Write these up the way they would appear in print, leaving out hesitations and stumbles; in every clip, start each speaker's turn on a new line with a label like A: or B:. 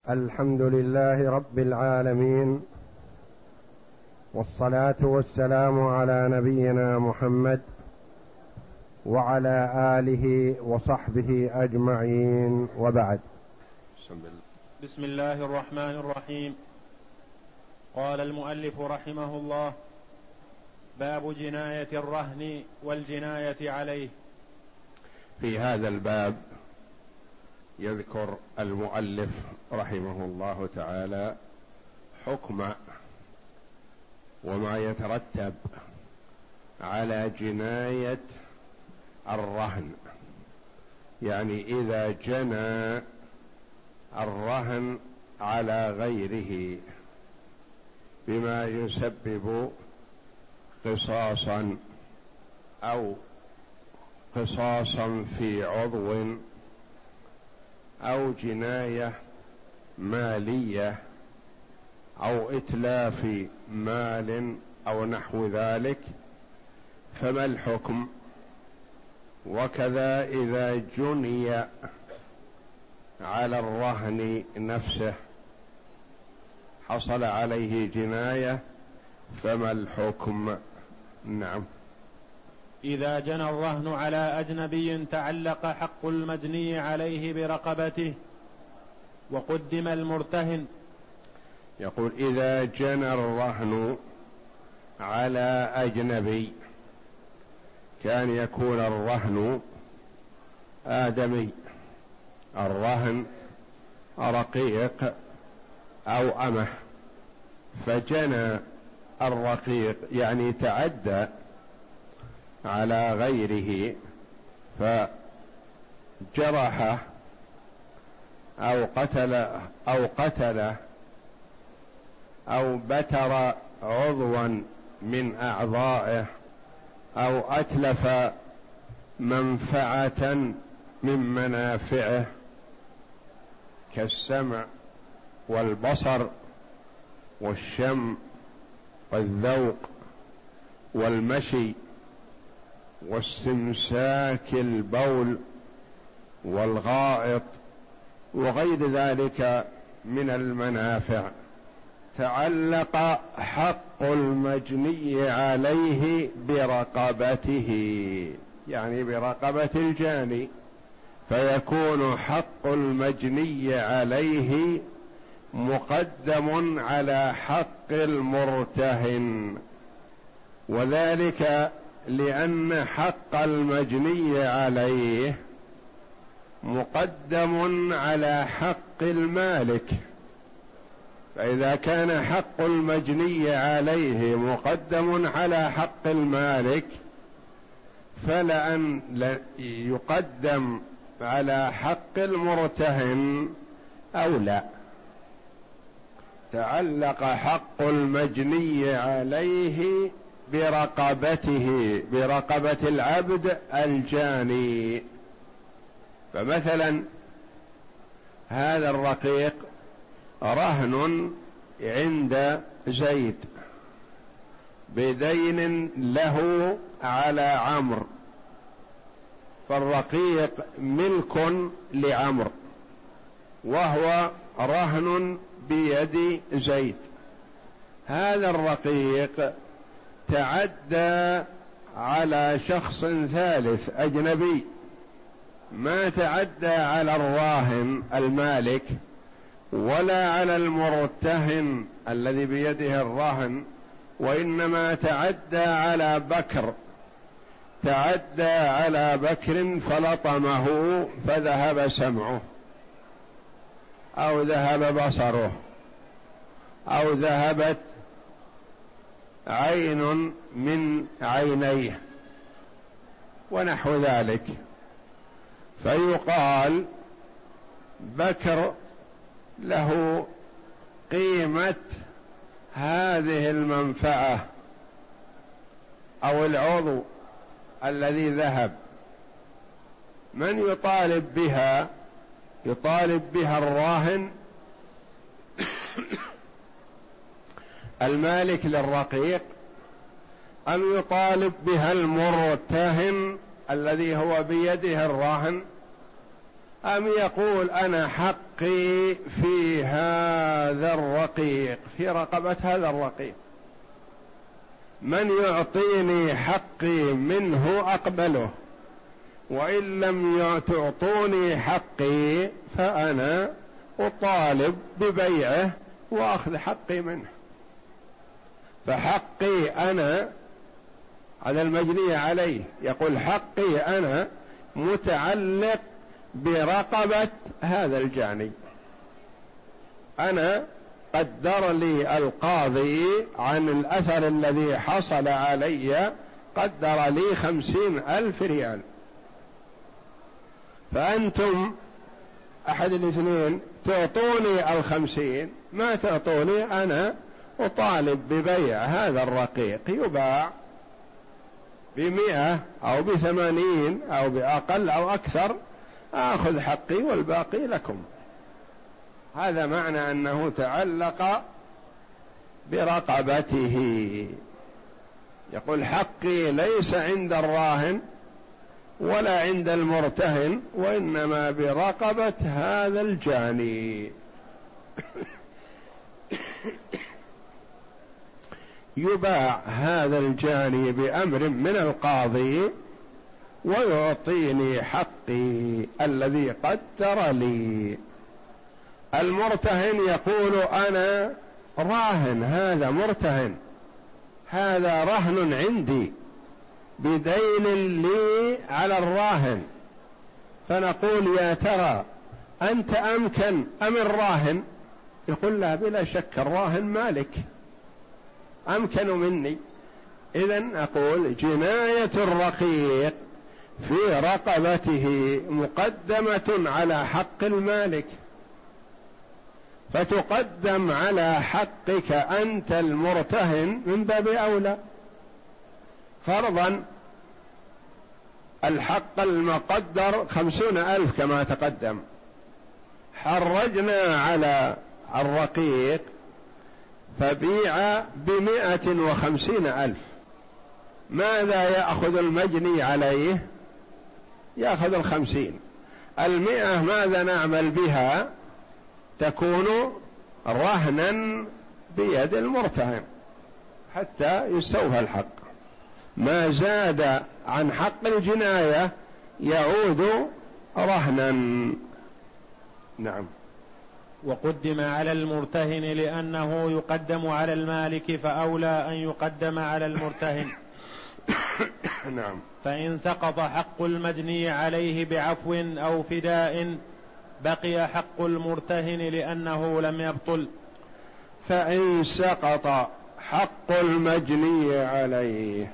A: الحمد لله رب العالمين، والصلاة والسلام على نبينا محمد وعلى آله وصحبه أجمعين، وبعد.
B: بسم الله الرحمن الرحيم. قال المؤلف رحمه الله: باب جناية الرهن والجناية عليه.
C: في هذا الباب يذكر المؤلف رحمه الله تعالى حكم وما يترتب على جناية الرهن، يعني إذا جنى الرهن على غيره بما يسبب قصاصا أو قصاصا في عضو أو جناية مالية أو إتلاف مال أو نحو ذلك، فما الحكم؟ وكذا إذا جني على الرهن نفسه حصل عليه جناية، فما الحكم؟ نعم.
B: إذا جنى الرهن على أجنبي تعلق حق المجني عليه برقبته وقدم المرتهن.
C: يقول: إذا جنى الرهن على أجنبي، كان يكون الرهن آدمي، الرهن رقيق أو أمه، فجنى الرقيق يعني تعدى على غيره فجرحه أو قتله أو بتر عضوا من أعضائه أو أتلف منفعة من منافعه كالسمع والبصر والشم والذوق والمشي واستمساك البول والغائط وغير ذلك من المنافع، تعلق حق المجني عليه برقبته، يعني برقبة الجاني، فيكون حق المجني عليه مقدم على حق المرتهن، وذلك لأن حق المجني عليه مقدم على حق المالك، فإذا كان حق المجني عليه مقدم على حق المالك فلأن يقدم على حق المرتهن أو لا. تعلق حق المجني عليه برقبته، برقبة العبد الجاني. فمثلا هذا الرقيق رهن عند زيد بدين له على عمرو، فالرقيق ملك لعمرو وهو رهن بيد زيد. هذا الرقيق تعدى على شخص ثالث أجنبي، ما تعدى على الراهن المالك ولا على المرتهن الذي بيده الرهن، وإنما تعدى على بكر، تعدى على بكر فلطمه فذهب سمعه أو ذهب بصره أو ذهبت عين من عينيه ونحو ذلك، فيقال بكر له قيمة هذه المنفعة أو العضو الذي ذهب. من يطالب بها؟ يطالب بها الراهن المالك للرقيق، أم يطالب بها المرتهن الذي هو بيده الراهن؟ أم يقول أنا حقي في هذا الرقيق، في رقبة هذا الرقيق، من يعطيني حقي منه أقبله، وإن لم تعطوني حقي فأنا أطالب ببيعه وأخذ حقي منه. فحقي أنا على المجني عليه، يقول حقي أنا متعلق برقبة هذا الجاني. أنا قدر لي القاضي عن الأثر الذي حصل علي، قدر لي 50,000 ريال، فأنتم أحد الاثنين تعطوني 50، ما تعطوني، أنا أطالب ببيع هذا الرقيق، يباع 100 أو 80 أو بأقل أو أكثر، آخذ حقي والباقي لكم. هذا معنى أنه تعلق برقبته. يقول حقي ليس عند الراهن ولا عند المرتهن، وإنما برقبة هذا الجاني. يباع هذا الجاني بأمر من القاضي ويعطيني حقي الذي قدر لي. المرتهن يقول أنا راهن، هذا مرتهن، هذا رهن عندي بدين لي على الراهن، فنقول يا ترى أنت أمكن أم الراهن؟ يقول لا، بلا شك الراهن مالك أمكن مني. إذن أقول جناية الرقيق في رقبته مقدمة على حق المالك، فتقدم على حقك أنت المرتهن من باب أولى. فرضا الحق المقدر 50,000 كما تقدم، حرجنا على الرقيق فبيع 150,000، ماذا يأخذ المجني عليه؟ يأخذ 50. 100 ماذا نعمل بها؟ تكون رهنا بيد المرتهن حتى يستوفى الحق. ما زاد عن حق الجناية يعود رهنا. نعم.
B: وقدم على المرتهن لأنه يقدم على المالك، فأولى أن يقدم على المرتهن.
C: نعم.
B: فإن سقط حق المجني عليه بعفو أو فداء بقي حق المرتهن لأنه لم يبطل.
C: فإن سقط حق المجني عليه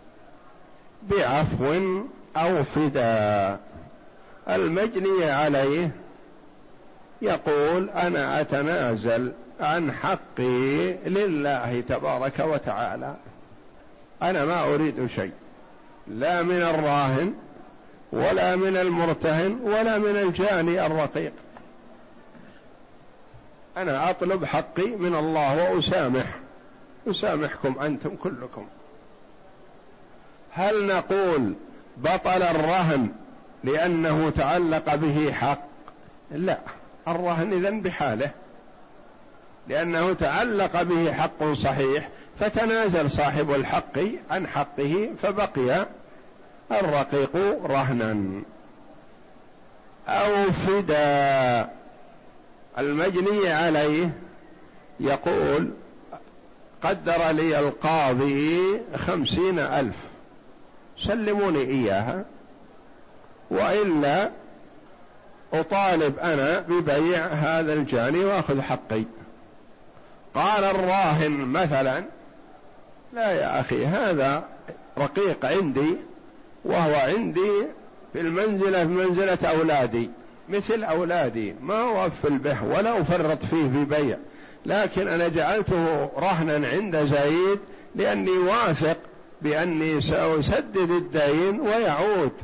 C: بعفو أو فداء، المجني عليه يقول أنا أتنازل عن حقي لله تبارك وتعالى، أنا ما أريد شيء لا من الراهن ولا من المرتهن ولا من الجاني الرقيق، أنا أطلب حقي من الله وأسامحكم أنتم كلكم. هل نقول بطل الرهن لأنه تعلق به حق؟ لا، الرهن إذن بحاله، لأنه تعلق به حق صحيح، فتنازل صاحب الحق عن حقه فبقي الرقيق رهنا. أو فداء، المجني عليه يقول قدر لي القاضي 50,000، سلموني إياها وإلا أطالب أنا ببيع هذا الجاني وأخذ حقي. قال الراهن مثلا لا يا أخي، هذا رقيق عندي وهو عندي في المنزلة منزلة أولادي، مثل أولادي، ما أوفل به ولا أفرط فيه ببيع، لكن أنا جعلته رهنا عند زيد لأني واثق بأني سأسدد الدين ويعود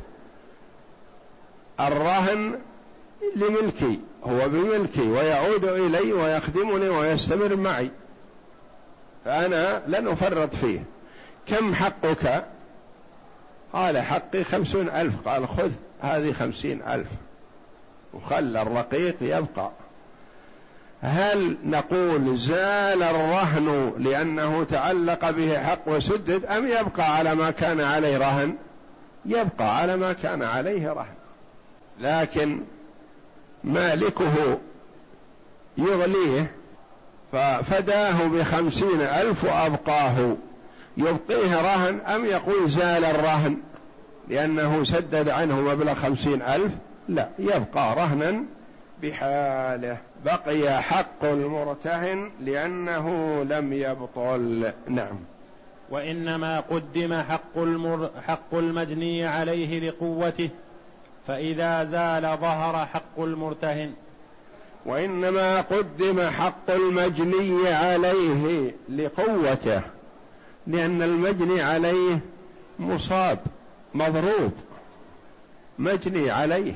C: الرهن لملكي، هو بملكي ويعود إلي ويخدمني ويستمر معي، فأنا لن أفرط فيه. كم حقك؟ قال حقي 50,000. قال خذ هذه 50,000 وخلى الرقيق يبقى. هل نقول زال الرهن لأنه تعلق به حق وسدد، أم يبقى على ما كان عليه رهن؟ يبقى على ما كان عليه رهن، لكن مالكه يغليه ففداه ب50,000 وأبقاه، يبقيه رهن أم يقول زال الرهن لأنه سدد عنه مبلغ 50,000؟ لا، يبقى رهنا بحاله، بقي حق المرتهن لأنه لم يبطل. نعم.
B: وإنما قدم حق المجني عليه لقوته، فإذا زال ظهر حق المرتهن.
C: وإنما قدم حق المجني عليه لقوته، لأن المجني عليه مصاب مضروب، مجني عليه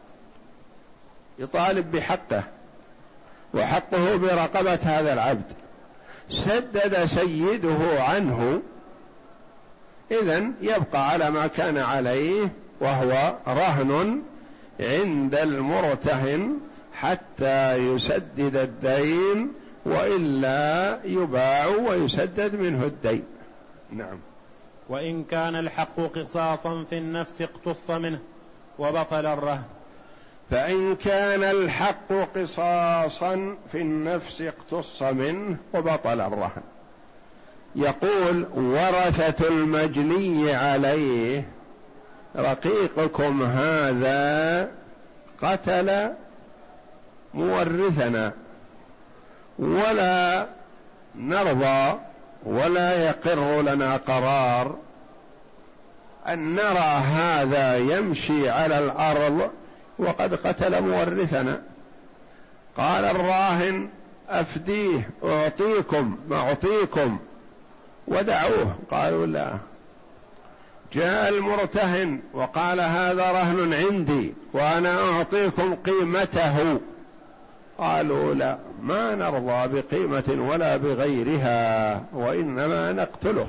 C: يطالب بحقه، وحقه برقبة هذا العبد، سدد سيده عنه، إذن يبقى على ما كان عليه وهو رهن عند المرتهن حتى يسدد الدين، وإلا يباع ويسدد منه الدين. نعم.
B: وإن كان الحق قصاصا في النفس اقتص منه وبطل الرهن.
C: فإن كان الحق قصاصا في النفس اقتص منه وبطل الرهن. يقول ورثة المجني عليه: رقيقكم هذا قتل مورثنا ولا نرضى ولا يقر لنا قرار أن نرى هذا يمشي على الأرض وقد قتل مورثنا. قال الراهن: أفديه، أعطيكم، ودعوه. قالوا لا. جاء المرتهن وقال: هذا رهن عندي وأنا أعطيكم قيمته. قالوا لا، ما نرضى بقيمة ولا بغيرها، وإنما نقتله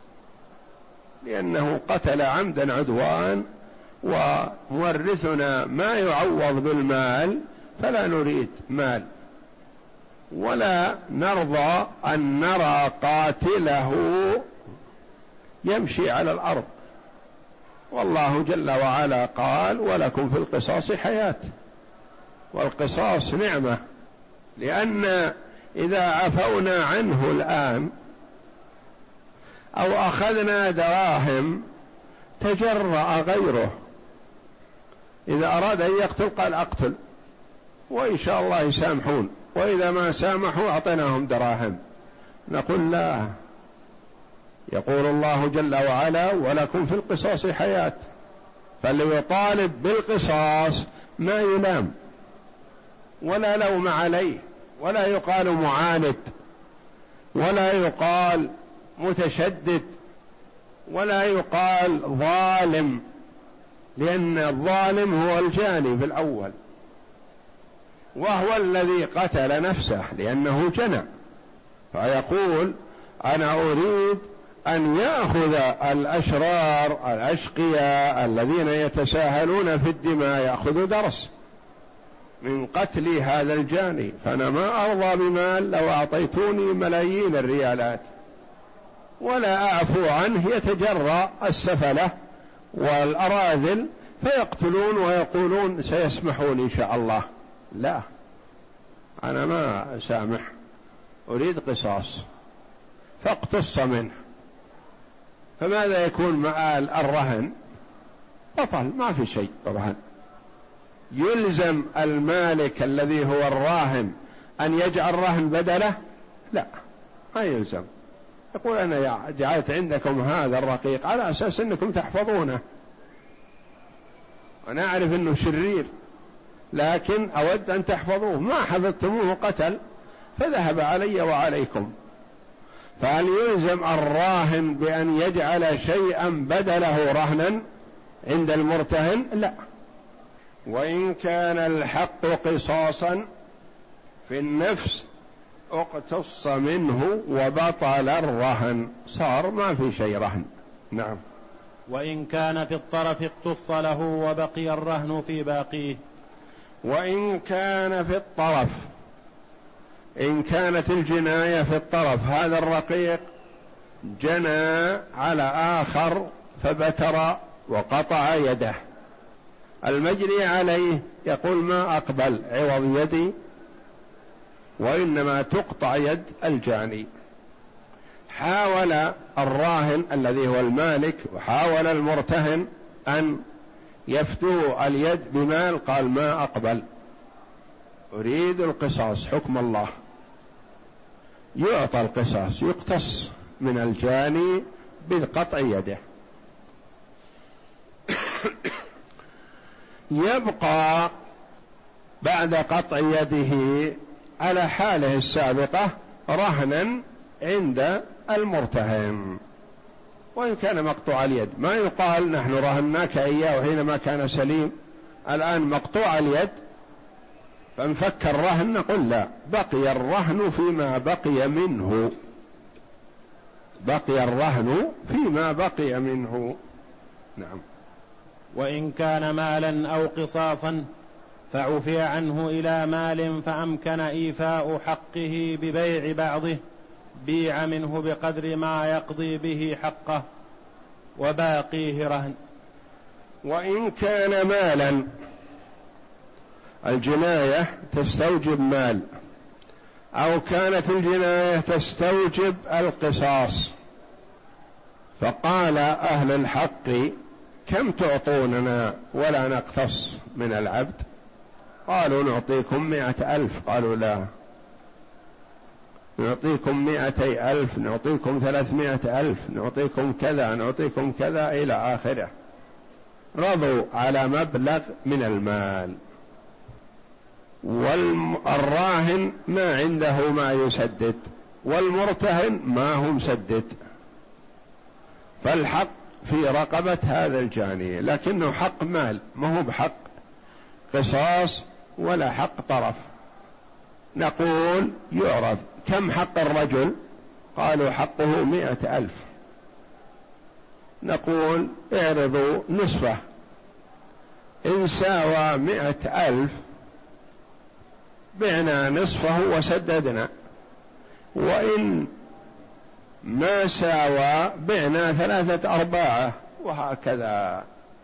C: لأنه قتل عمدا عدوان، ومورثنا ما يعوض بالمال، فلا نريد مال، ولا نرضى أن نرى قاتله يمشي على الأرض. والله جل وعلا قال: ولكم في القصاص حياة. والقصاص نعمة، لأن إذا عفونا عنه الآن أو أخذنا دراهم تجرأ غيره، إذا أراد أن يقتل قال: أقتل، وإن شاء الله يسامحون، وإذا ما سامحوا أعطيناهم دراهم. نقول لا. يقول الله جل وعلا: ولكم في القصاص حياة. فاللي يطالب بالقصاص ما يلام ولا لوم عليه، ولا يقال معاند، ولا يقال متشدد، ولا يقال ظالم، لأن الظالم هو الجاني في الأول، وهو الذي قتل نفسه لأنه جنى. فيقول: أنا أريد أن يأخذ الأشرار الأشقياء الذين يتساهلون في الدماء يأخذوا درس من قتل هذا الجاني، فأنا ما أرضى بمال لو أعطيتوني ملايين الريالات، ولا أعفو عنه يتجرأ السفلة والأراذل فيقتلون ويقولون سيسمحون إن شاء الله. لا، أنا ما سامح، أريد قصاص، فاقتص منه. فماذا يكون مآل الرهن؟ بطل، ما في شيء. الرهن يلزم المالك الذي هو الراهن أن يجعل رهن بدله؟ لا، ما يلزم. يقول: أنا جعلت عندكم هذا الرقيق على أساس أنكم تحفظونه، أنا أعرف أنه شرير لكن أود أن تحفظوه، ما حفظتموه قتل، فذهب علي وعليكم. فهل يلزم الراهن بأن يجعل شيئا بدله رهنا عند المرتهن؟ لا. وإن كان الحق قصاصا في النفس اقتص منه وبطل الرهن، صار ما في شيء رهن. نعم.
B: وإن كان في الطرف اقتص له وبقي الرهن في باقيه.
C: وإن كان في الطرف، إن كانت الجناية في الطرف، هذا الرقيق جنى على آخر فبتر وقطع يده، المجني عليه يقول ما أقبل عوض يدي، وإنما تقطع يد الجاني. حاول الراهن الذي هو المالك وحاول المرتهن أن يفدوا اليد بمال، قال ما أقبل، أريد القصاص حكم الله، يعطى القصاص، يقتص من الجاني بقطع يده. يبقى بعد قطع يده على حاله السابقة رهنا عند المرتهن، وإن كان مقطوع اليد ما يقال نحن رهناك إياه وحينما كان سليم، الآن مقطوع اليد فانفك الرهن، نقول لا، بقي الرهن فيما بقي منه، بقي الرهن فيما بقي منه. نعم.
B: وإن كان مالا أو قصاصا فعفي عنه إلى مال فأمكن إيفاء حقه ببيع بعضه، بيع منه بقدر ما يقضي به حقه وباقيه رهن.
C: وإن كان مالا، الجناية تستوجب مال، أو كانت الجناية تستوجب القصاص، فقال أهل الحق كم تعطوننا ولا نقتص من العبد؟ قالوا نعطيكم 100,000، قالوا لا، نعطيكم 200,000، نعطيكم 300,000، نعطيكم كذا، نعطيكم كذا إلى آخره. رضوا على مبلغ من المال، والراهن ما عنده ما يسدد، والمرتهن ما هو مسدد، فالحق في رقبة هذا الجاني، لكنه حق مال، ما هو بحق قصاص ولا حق طرف. نقول يعرض كم حق الرجل؟ قالوا حقه 100,000، نقول اعرضوا نصفه، إن ساوى 100,000 بعنا نصفه وسددنا، وإن ما ساوى بعنا 3/4، وهكذا.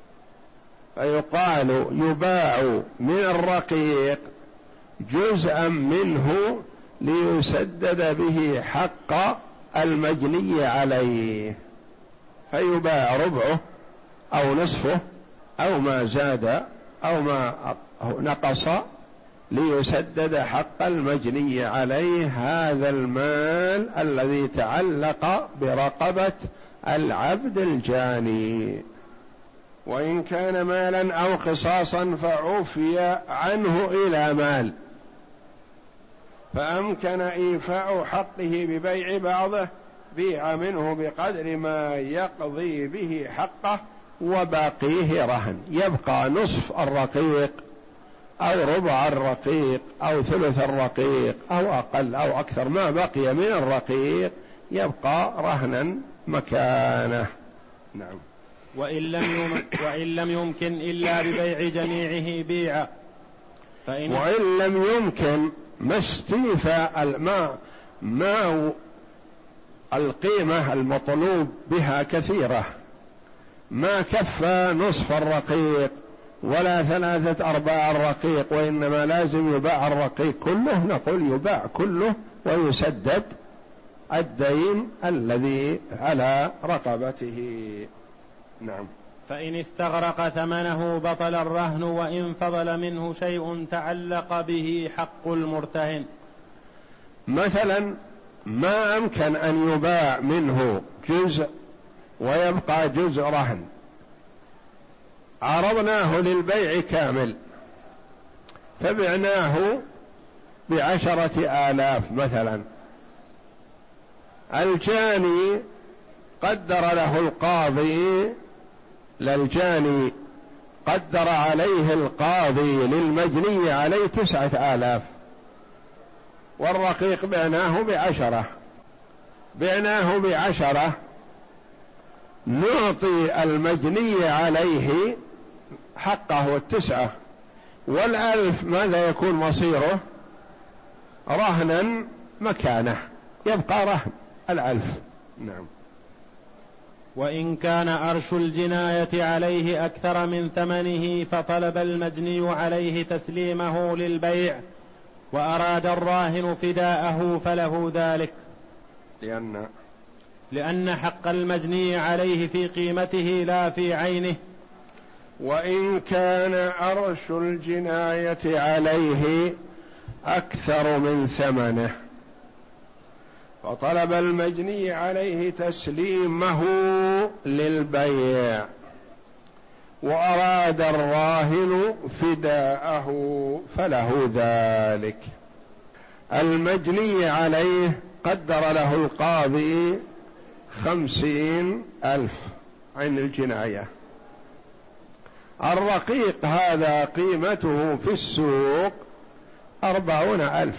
C: فيقال يباع من الرقيق جزءا منه ليسدد به حق المجني عليه، فيباع ربعه أو نصفه أو ما زاد أو ما نقص ليسدد حق المجني عليه هذا المال الذي تعلق برقبة العبد الجاني. وإن كان مالا أو قصاصا فعفي عنه إلى مال، فأمكن إيفاء حقه ببيع بعضه، بيع منه بقدر ما يقضي به حقه وباقيه رهن، يبقى نصف الرقيق أو ربع الرقيق أو ثلث الرقيق أو أقل أو أكثر، ما بقي من الرقيق يبقى رهنا مكانه. نعم.
B: وإن لم يمكن إلا ببيع جميعه بيع،
C: وإن لم يمكن ما استيفاء ما القيمة المطلوب بها كثيرة، ما كفى نصف الرقيق ولا 3/4 الرقيق، وإنما لازم يباع الرقيق كله، نقول يباع كله ويسدد الدين الذي على رقبته. نعم.
B: فإن استغرق ثمنه بطل الرهن، وإن فضل منه شيء تعلق به حق المرتهن.
C: مثلا ما أمكن أن يباع منه جزء ويبقى جزء رهن، عرضناه للبيع كامل فبعناه ب10,000 مثلا، الجاني قدر له القاضي للجاني قدر عليه القاضي للمجني عليه 9,000، والرقيق بعناه ب10، بعناه ب10، نعطي المجني عليه حقه 9، والألف ماذا يكون مصيره؟ رهنا مكانه، يبقى رهن الألف. نعم.
B: وإن كان أرش الجناية عليه أكثر من ثمنه فطلب المجني عليه تسليمه للبيع وأراد الراهن فداءه فله ذلك، لأن حق المجني عليه في قيمته لا في عينه.
C: وإن كان أرش الجناية عليه أكثر من ثمنه فطلب المجني عليه تسليمه للبيع وأراد الراهن فداءه فله ذلك. المجني عليه قدر له القاضي 50,000 عن الجناية. الرقيق هذا قيمته في السوق 40,000.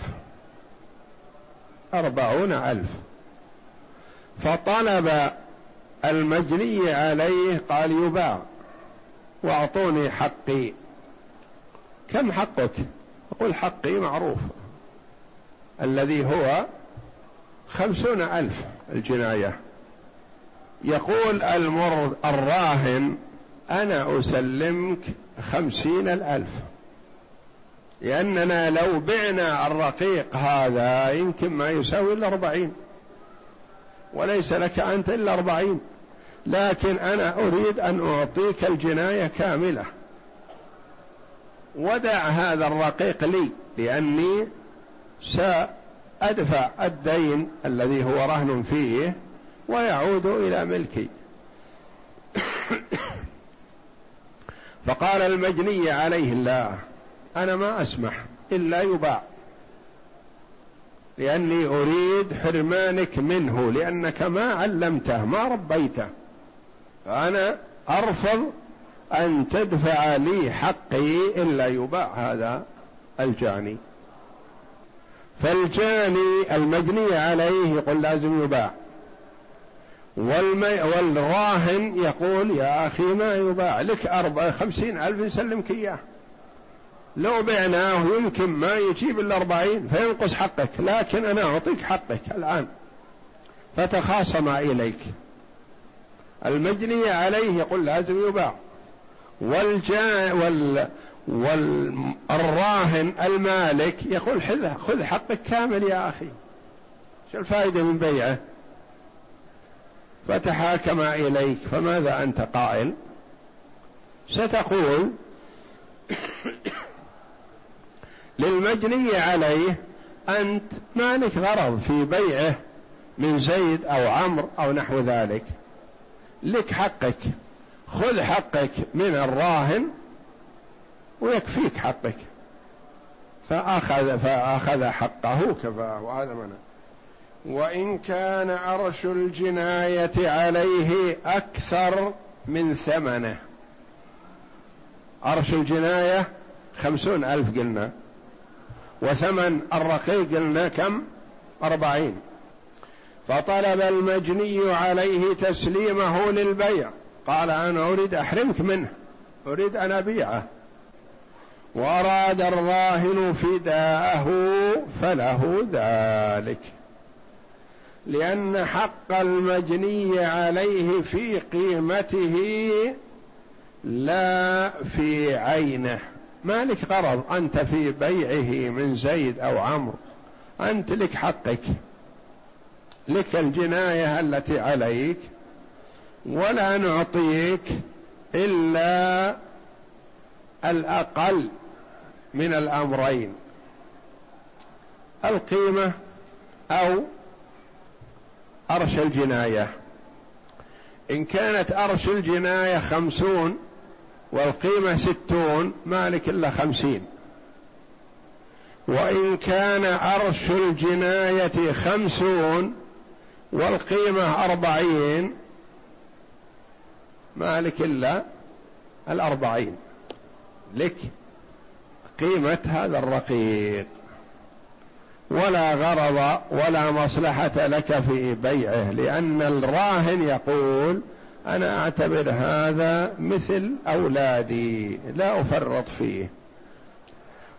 C: فطلب المجني عليه قال يباع واعطوني حقي. كم حقك؟ يقول حقي معروف الذي هو 50,000 الجناية. يقول الراهن أنا أسلمك 50,000 لأننا لو بعنا الرقيق هذا يمكن ما يساوي إلا 40 وليس لك أنت إلا 40، لكن أنا أريد أن أعطيك الجناية كاملة، ودع هذا الرقيق لي لأني سأدفع الدين الذي هو رهن فيه ويعود إلى ملكي. فقال المجني عليه لا، أنا ما أسمح إلا يباع لأني أريد حرمانك منه لأنك ما علمته ما ربيته، فأنا أرفض أن تدفع لي حقي إلا يباع هذا الجاني. فالجاني المجني عليه يقول لازم يباع، والراهن يقول يا أخي ما يباع لك 50,000 نسلمك إياه، لو بعناه يمكن ما يجيب إلا 40 فينقص حقك، لكن أنا أعطيك حقك الآن. فتخاصم إليك. المجني عليه يقول لازم يباع، والراهن المالك يقول خذ حقك كامل يا أخي، شو الفائدة من بيعه؟ فتحاكم إليك. فماذا أنت قائل؟ ستقول للمجني عليه أنت ما لك غرض في بيعه من زيد أو عمرو أو نحو ذلك، لك حقك، خذ حقك من الراهن ويكفيك حقك. فأخذ حقه كفاه. وهذا منع. وإن كان أرش الجناية عليه أكثر من ثمنه، أرش الجناية 50,000 قلنا، وثمن الرقيق قلنا كم؟ 40. فطلب المجني عليه تسليمه للبيع، قال أنا أريد أحرمك منه، أريد أن أبيعه، وأراد الراهن فداءه فله ذلك، لأن حق المجني عليه في قيمته لا في عينه. ما لك غرض أنت في بيعه من زيد أو عمرو، أنت لك حقك، لك الجناية التي عليك، ولا نعطيك إلا الأقل من الأمرين، القيمة أو أرش الجناية. إن كانت أرش الجناية 50 والقيمة 60 مالك إلا 50. وإن كان أرش الجناية 50 والقيمة 40 مالك إلا 40، لك قيمة هذا الرقيق، ولا غرض ولا مصلحة لك في بيعه، لأن الراهن يقول أنا أعتبر هذا مثل أولادي لا أفرط فيه،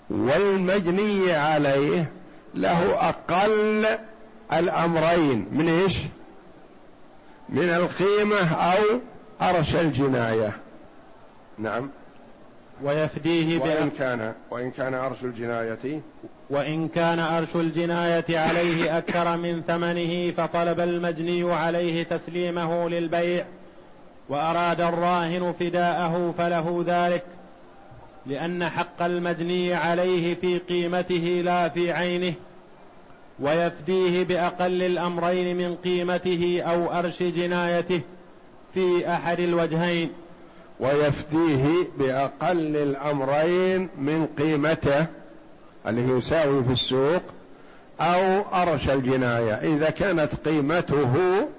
C: والمجني عليه له أقل الأمرين من إيش؟ من القيمة أو أرش الجناية. نعم.
B: ويفديه
C: وإن كان أرش الجناية
B: وإن كان أرش الجناية عليه أكثر من ثمنه فطلب المجني عليه تسليمه للبيع وأراد الراهن فداءه فله ذلك، لأن حق المجني عليه في قيمته لا في عينه، ويفديه بأقل الأمرين من قيمته أو أرش جنايته في أحد الوجهين.
C: ويفديه بأقل الأمرين من قيمته اللي يساوي في السوق أو أرش الجناية. إذا كانت قيمته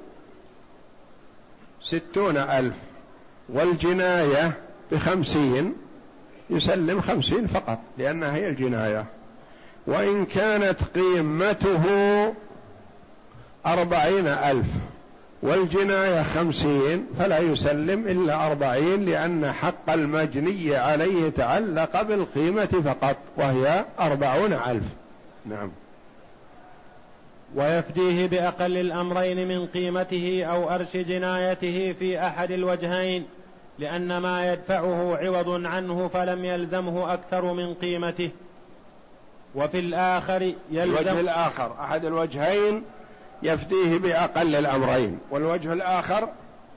C: 60,000 والجناية ب50 يسلم 50 فقط لأنها هي الجناية. وإن كانت قيمته 40,000 والجناية 50 فلا يسلم إلا 40 لأن حق المجني عليه تعلق بالقيمة فقط وهي 40,000. نعم.
B: ويفديه بأقل الأمرين من قيمته أو أرش جنايته في أحد الوجهين، لأن ما يدفعه عوض عنه فلم يلزمه أكثر من قيمته. وفي الآخر
C: الوجه الآخر أحد الوجهين يفديه بأقل الأمرين، والوجه الآخر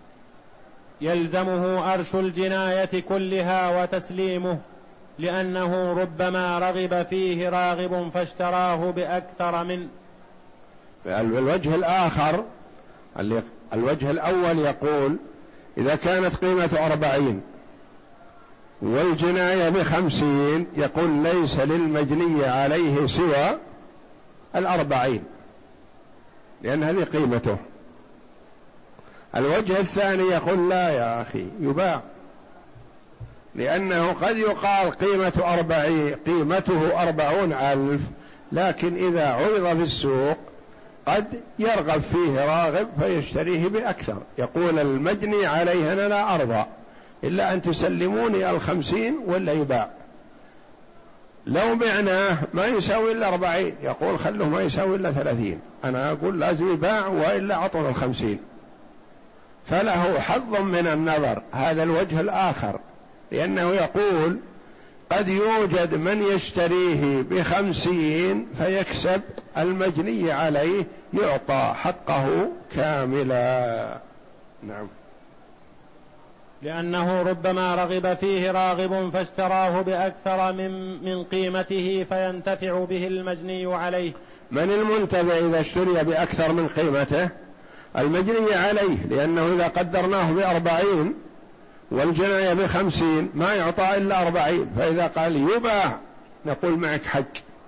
B: يلزمه أرش الجناية كلها وتسليمه، لأنه ربما رغب فيه راغب فاشتراه بأكثر من.
C: الوجه الآخر الوجه الأول يقول إذا كانت قيمة 40 والجناية ب50 يقول ليس للمجني عليه سوى 40 لأن هذه قيمته. الوجه الثاني يقول لا يا أخي يباع، لأنه قد يقال قيمته 40,000 لكن إذا عرض في السوق قد يرغب فيه راغب فيشتريه بأكثر، يقول المجني عليه أنا لا أرضى إلا أن تسلموني 50 ولا يباع. لو بعناه ما يساوي إلا 40 يقول خلوه ما يساوي إلا 30، أنا أقول لازم يباع وإلا عطوا 50، فله حظ من النظر. هذا الوجه الآخر، لأنه يقول قد يوجد من يشتريه ب50 فيكسب المجني عليه يعطى حقه كاملا. نعم.
B: لأنه ربما رغب فيه راغب فاشتراه بأكثر من قيمته فينتفع به المجني عليه.
C: من المنتفع إذا اشتري بأكثر من قيمته؟ المجني عليه، لأنه إذا قدرناه ب40 والجناية ب50 ما يعطى إلا 40، فإذا قال يباع نقول معك حق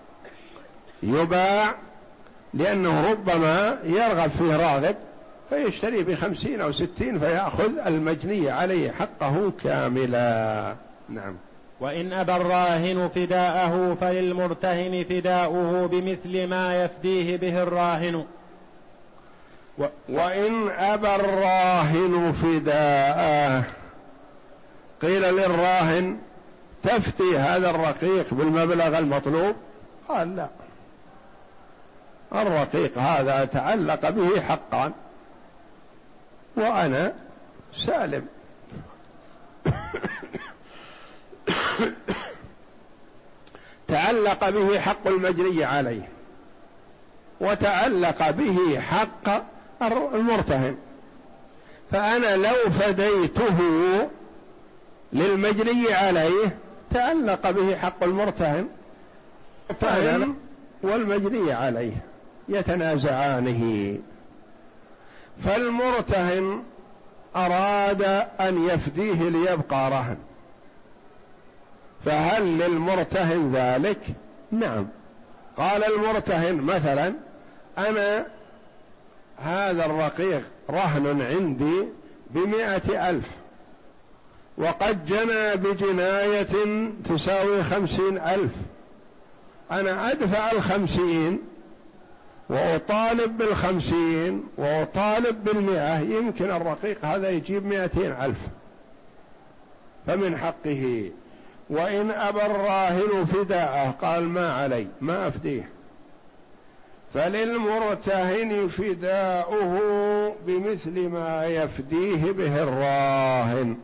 C: يباع، لأنه ربما يرغب فيه راغب فيشتري ب50 أو 60 فيأخذ المجني عليه حقه كاملا. نعم.
B: وإن أبى الراهن فداءه فللمرتهن فداؤه بمثل ما يفديه به الراهن.
C: وإن أبى الراهن فداءه قيل للراهن تفتي هذا الرقيق بالمبلغ المطلوب؟ قال لا، الرقيق هذا تعلق به حقا وأنا سالم. تعلق به حق المجني عليه وتعلق به حق المرتهن، فأنا لو فديته للمجني عليه تعلق به حق المرتهن والمجني عليه يتنازعانه، فالمرتهن أراد أن يفديه ليبقى رهن، فهل للمرتهن ذلك؟ نعم. قال المرتهن مثلا أنا هذا الرقيق رهن عندي ب100,000 وقد جنى بجناية تساوي 50,000، أنا أدفع 50 وأطالب 50 وأطالب 100، يمكن الرقيق هذا يجيب 200,000، فمن حقه وإن أبى الراهن فداءه قال ما علي ما أفديه، فللمرتهن فداؤه بمثل ما يفديه به الراهن،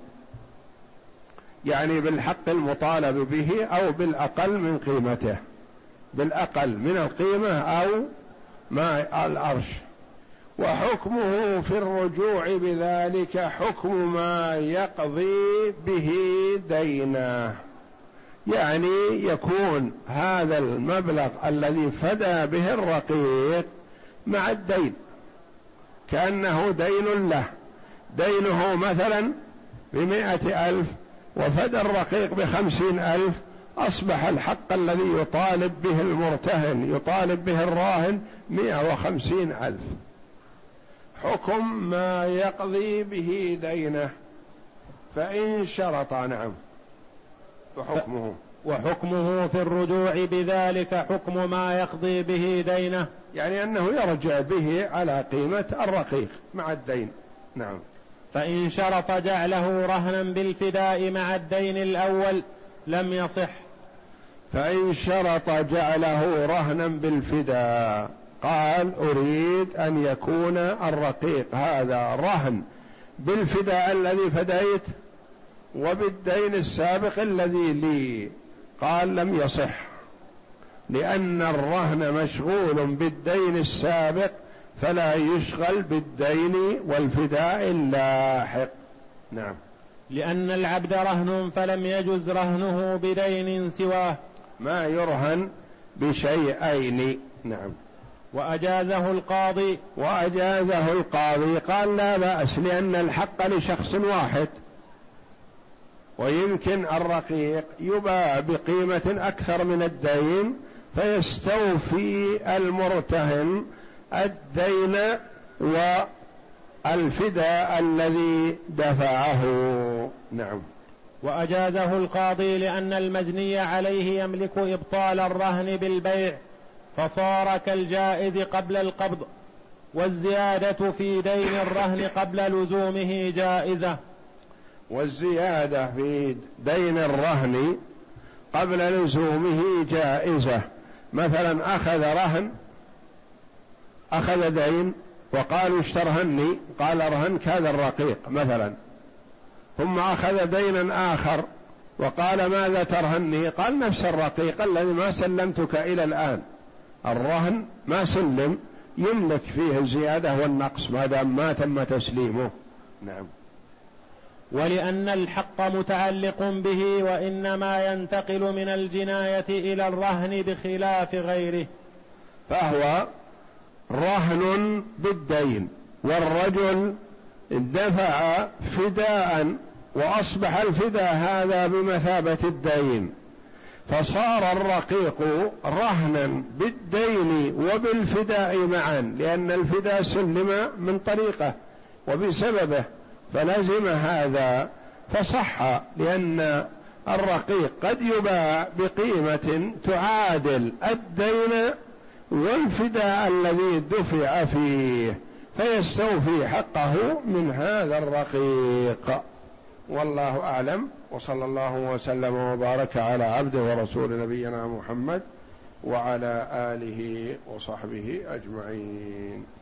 C: يعني بالحق المطالب به أو بالأقل من قيمته، بالأقل من القيمة أو ما الأرش. وحكمه في الرجوع بذلك حكم ما يقضي به دينه، يعني يكون هذا المبلغ الذي فدى به الرقيق مع الدين، كأنه دين له، دينه مثلا ب100,000 وفدى الرقيق ب50,000، أصبح الحق الذي يطالب به المرتهن يطالب به الراهن 150,000. حكم ما يقضي به دينه، فإن شرط نعم فحكمه
B: وحكمه في الرجوع بذلك حكم ما يقضي به دينه،
C: يعني أنه يرجع به على قيمة الرقيق مع الدين. نعم.
B: فإن شرط جعله رهنا بالفداء مع الدين الأول لم يصح.
C: فإن شرط جعله رهنا بالفداء، قال أريد أن يكون الرقيق هذا رهن بالفداء الذي فديت وبالدين السابق الذي لي، قال لم يصح، لأن الرهن مشغول بالدين السابق فلا يشغل بالدين والفداء اللاحق. نعم.
B: لأن العبد رهن فلم يجز رهنه بدين سواه،
C: ما يرهن بشيئين. نعم.
B: وأجازه القاضي
C: قال لا بأس، لأن الحق لشخص واحد، ويمكن الرقيق يباع بقيمة أكثر من الدين فيستوفي المرتهن الدين والفداء الذي دفعه. نعم.
B: وأجازه القاضي لأن المجني عليه يملك إبطال الرهن بالبيع، فصار كالجائز قبل القبض، والزيادة في دين الرهن قبل لزومه جائزة.
C: والزيادة في دين الرهن قبل لزومه جائزة. مثلا أخذ دين وقالوا اشترهني، قال ارهنك هذا الرقيق مثلا، ثم أخذ دينا آخر وقال ماذا ترهني، قال نفس الرقيق الذي ما سلمتك إلى الآن، الرهن ما سلم، يملك فيه الزيادة والنقص ما دام ما تم تسليمه. نعم.
B: ولأن الحق متعلق به وإنما ينتقل من الجناية إلى الرهن بخلاف غيره،
C: فهو رهن بالدين، والرجل دفع فداء وأصبح الفداء هذا بمثابة الدين، فصار الرقيق رهنا بالدين وبالفداء معا، لأن الفداء سلم من طريقه وبسببه فلزم هذا، فصح، لأن الرقيق قد يباع بقيمة تعادل الدين والفداء الذي دفع فيه، فيستوفي حقه من هذا الرقيق. والله أعلم، وصلى الله وسلم وبارك على عبده ورسول نبينا محمد وعلى آله وصحبه أجمعين.